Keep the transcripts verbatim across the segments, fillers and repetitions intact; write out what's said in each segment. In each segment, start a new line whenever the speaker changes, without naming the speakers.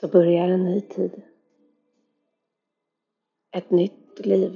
så börjar en ny tid. Ett nytt liv.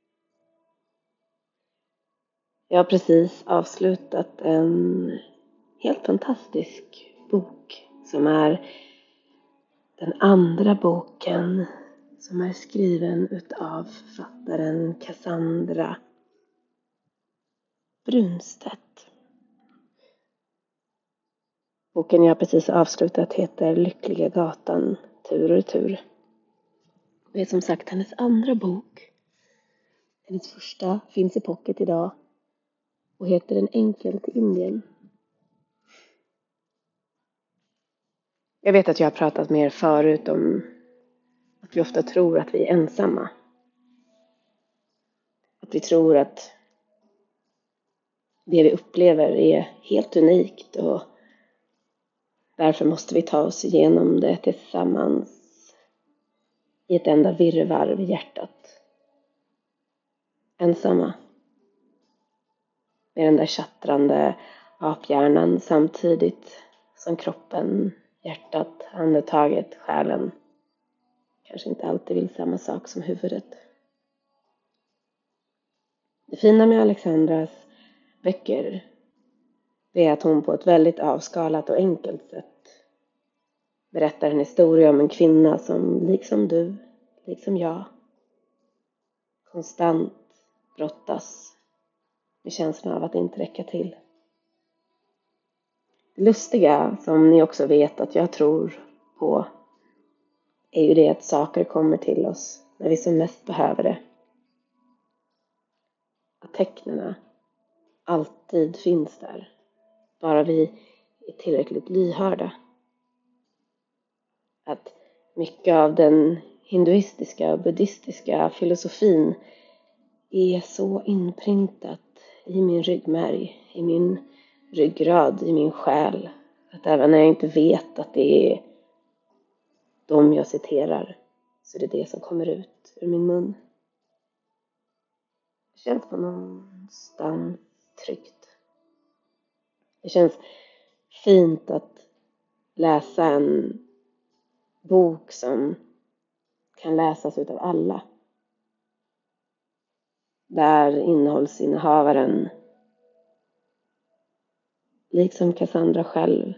Jag har precis avslutat en helt fantastisk bok som är den andra boken som är skriven utav författaren Cassandra Brunstedt. Boken jag precis avslutat heter Lyckliga gatan, tur och retur. Det är som sagt hennes andra bok. Hennes första finns i pocket idag och heter En enkel till Indien. Jag vet att jag har pratat med er förut om att vi ofta tror att vi är ensamma. Att vi tror att det vi upplever är helt unikt och därför måste vi ta oss igenom det tillsammans i ett enda virrvarr i hjärtat. Ensamma. Med den där tjattrande aphjärnan samtidigt som kroppen, hjärtat, andetaget, själen kanske inte alltid vill samma sak som huvudet. Det fina med Alexandras böcker är att hon på ett väldigt avskalat och enkelt sätt berättar en historia om en kvinna som liksom du, liksom jag, konstant brottas med känslan av att inte räcka till. Det lustiga, som ni också vet att jag tror på, är ju det att saker kommer till oss när vi som mest behöver det. Att tecknen alltid finns där, bara vi är tillräckligt lyhörda. Att mycket av den hinduistiska och buddhistiska filosofin är så inprintat i min ryggmärg, i min ryggrad, i min själ. Att även när jag inte vet att det är de jag citerar, så är det det som kommer ut ur min mun. Det känns på någonstans tryggt. Det känns fint att läsa en bok som kan läsas utav alla. Där innehållsinnehavaren, liksom Cassandra själv,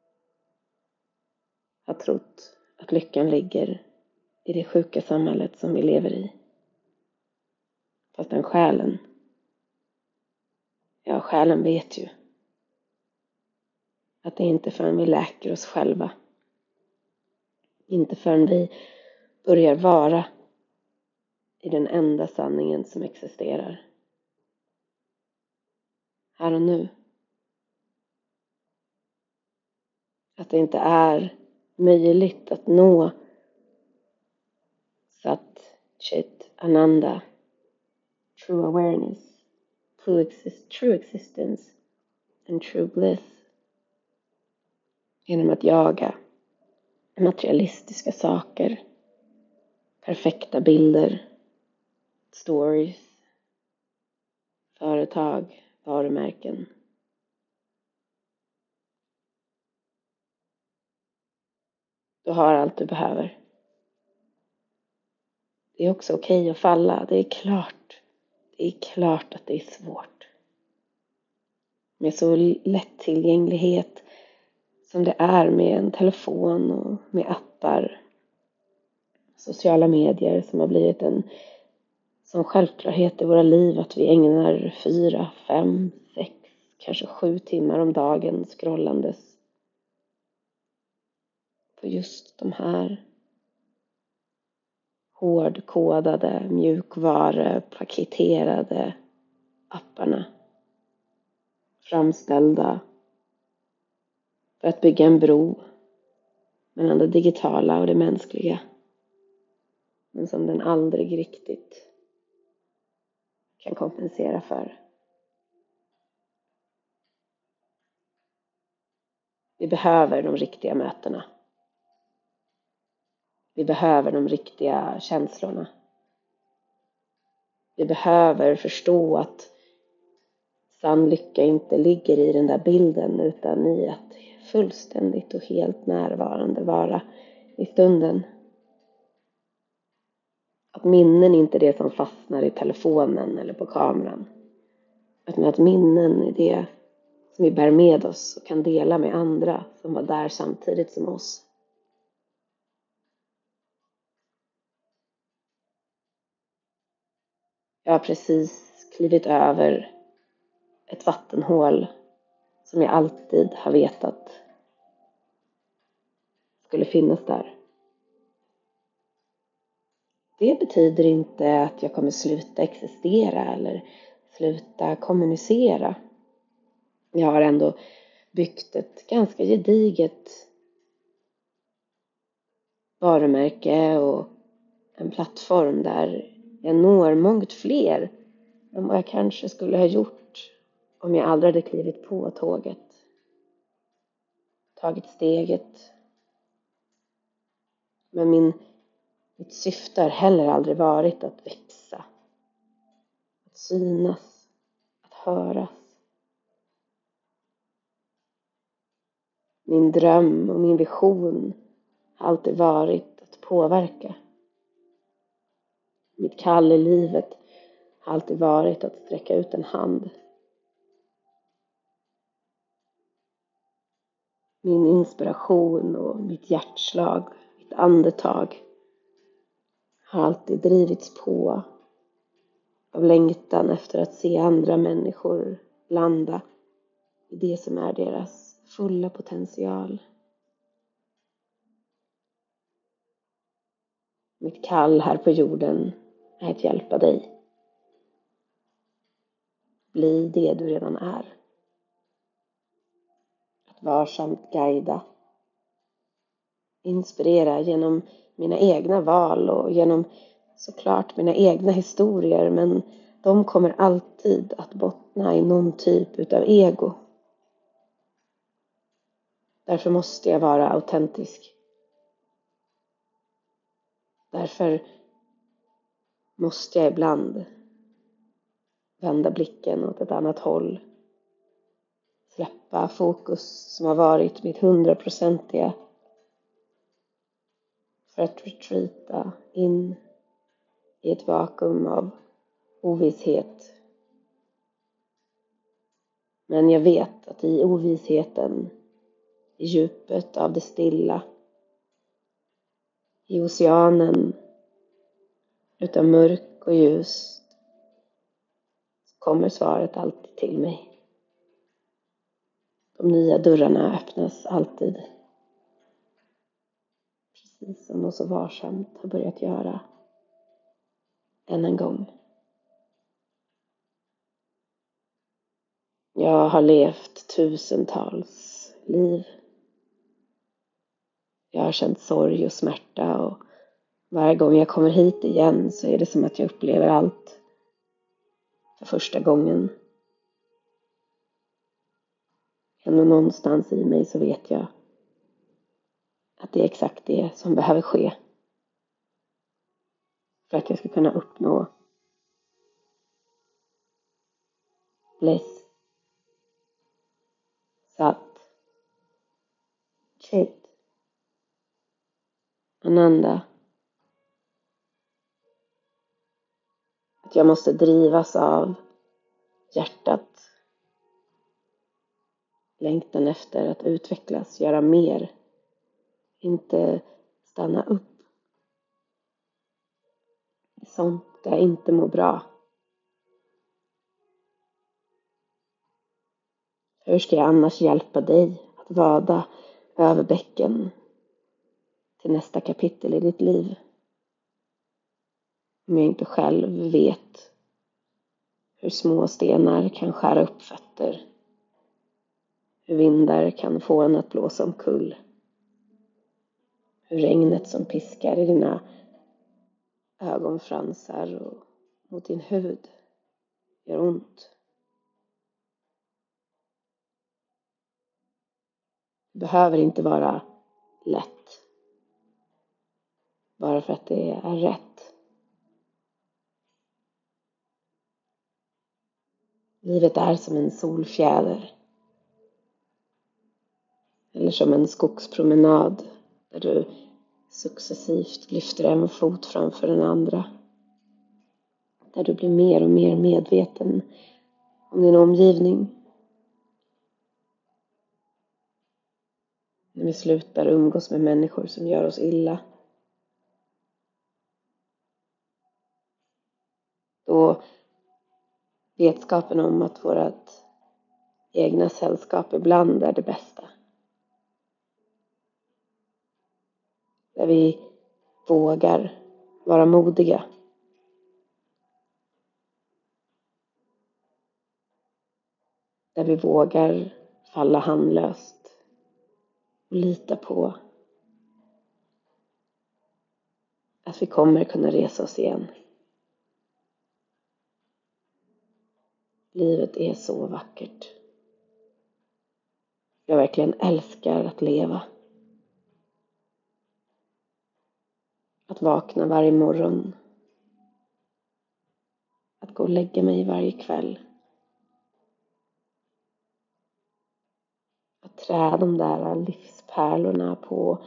har trott att lyckan ligger i det sjuka samhället som vi lever i. Fast den själen, ja själen vet ju att det är inte förrän vi läker oss själva, inte förrän vi börjar vara i den enda sanningen som existerar. Här och nu. Att det inte är möjligt att nå Sat Chit Ananda, true awareness, true, exist, true existence and true bliss genom att jaga materialistiska saker, perfekta bilder, stories, företag, varumärken. Du har allt du behöver. Det är också okej att falla. Det är klart. Det är klart att det är svårt. Med så lättillgänglighet som det är med en telefon och med appar. Sociala medier som har blivit en sån självklarhet i våra liv att vi ägnar fyra, fem, sex, kanske sju timmar om dagen scrollandes på just de här hårdkodade, mjukvarupaketerade apparna. Framställda för att bygga en bro mellan det digitala och det mänskliga. Men som den aldrig riktigt kan kompensera för. Vi behöver de riktiga mötena. Vi behöver de riktiga känslorna. Vi behöver förstå att sann lycka inte ligger i den där bilden utan i att fullständigt och helt närvarande vara i stunden. Att minnen inte är det som fastnar i telefonen eller på kameran. Utan att minnen är det som vi bär med oss och kan dela med andra som var där samtidigt som oss. Jag har precis klivit över ett vattenhål som jag alltid har vetat skulle finnas där. Det betyder inte att jag kommer sluta existera eller sluta kommunicera. Jag har ändå byggt ett ganska gediget varumärke och en plattform där jag når mångt fler än vad jag kanske skulle ha gjort om jag aldrig hade klivit på tåget. Tagit steget. Men min, mitt syfte har heller aldrig varit att växa. Att synas. Att höras. Min dröm och min vision har alltid varit att påverka. Mitt kall i livet har alltid varit att sträcka ut en hand. Min inspiration och mitt hjärtslag, mitt andetag har alltid drivits på av längtan efter att se andra människor landa i det som är deras fulla potential. Mitt kall här på jorden är att hjälpa dig. Bli det du redan är. Att varsamt guida. Inspirera genom mina egna val och genom såklart mina egna historier. Men de kommer alltid att bottna i någon typ utav ego. Därför måste jag vara autentisk. Därför måste jag ibland vända blicken åt ett annat håll. Släppa fokus som har varit mitt hundraprocentiga. För att retreata in i ett vakuum av ovisshet. Men jag vet att i ovissheten, i djupet av det stilla, i oceanen utav mörk och ljus, kommer svaret alltid till mig. De nya dörrarna öppnas alltid. Precis som de så varsamt har börjat göra. Än en gång. Jag har levt tusentals liv. Jag har känt sorg och smärta och varje gång jag kommer hit igen så är det som att jag upplever allt för första gången. Ändå någonstans i mig så vet jag att det är exakt det som behöver ske. För att jag ska kunna uppnå bliss, sat, chit, ananda. Att jag måste drivas av hjärtat. Längtan efter att utvecklas, göra mer. Inte stanna upp. Sånt där jag inte mår bra. Hur ska jag annars hjälpa dig att vada över bäcken till nästa kapitel i ditt liv? Om jag inte själv vet hur små stenar kan skära upp fötter. Hur vindar kan få en att blåsa omkull. Hur regnet som piskar i dina ögonfransar och mot din hud gör ont. Det behöver inte vara lätt. Bara för att det är rätt. Livet är som en solfjäder. Eller som en skogspromenad där du successivt lyfter en fot framför den andra. Där du blir mer och mer medveten om din omgivning. När vi slutar umgås med människor som gör oss illa. Då vetskapen om att vårt egna sällskap ibland är det bästa. Där vi vågar vara modiga. Där vi vågar falla handlöst. Och lita på att vi kommer kunna resa oss igen. Livet är så vackert. Jag verkligen älskar att leva. Att vakna varje morgon. Att gå och lägga mig varje kväll. Att trä de där livspärlorna på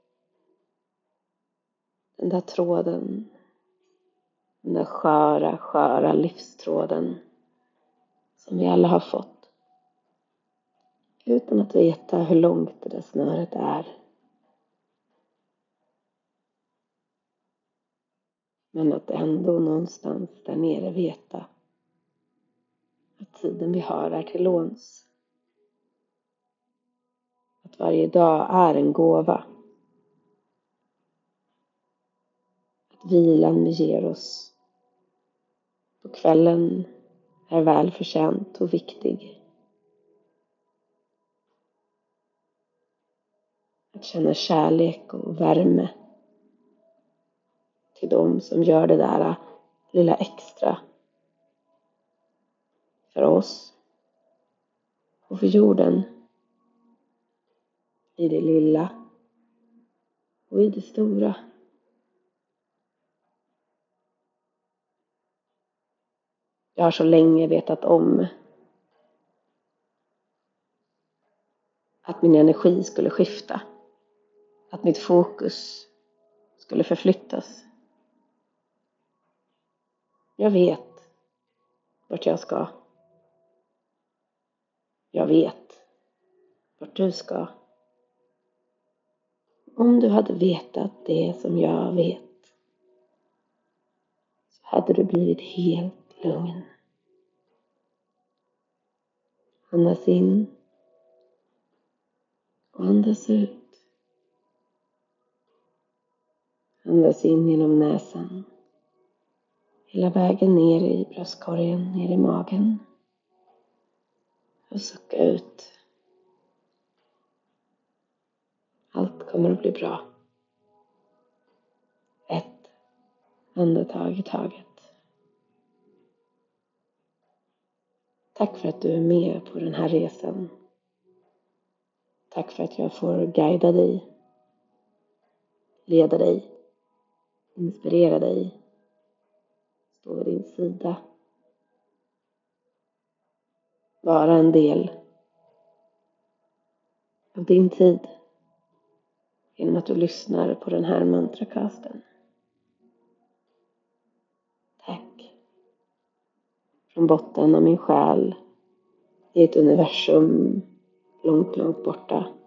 den där tråden. Den där sköra, sköra livstråden. Som vi alla har fått. Utan att veta hur långt det där snöret är. Men att ändå någonstans där nere veta att tiden vi har är till låns. Att varje dag är en gåva. Att vilan vi ger oss på kvällen är välförtjänt och viktig. Att känna kärlek och värme till dem som gör det där lilla extra för oss och för jorden. I det lilla och i det stora. Jag har så länge vetat om att min energi skulle skifta. Att mitt fokus skulle förflyttas. Jag vet vart jag ska. Jag vet vart du ska. Om du hade vetat det som jag vet, så hade du blivit helt lugn. Andas in och andas ut. Andas in genom näsan. Hela vägen ner i bröstkorgen, ner i magen. Och sucka ut. Allt kommer att bli bra. Ett andetag i taget. Tack för att du är med på den här resan. Tack för att jag får guida dig. Leda dig. Inspirera dig. Stå vid din sida. Vara en del av din tid. Genom att du lyssnar på den här mantrakasten. Tack. Från botten av min själ. I ett universum långt, långt borta.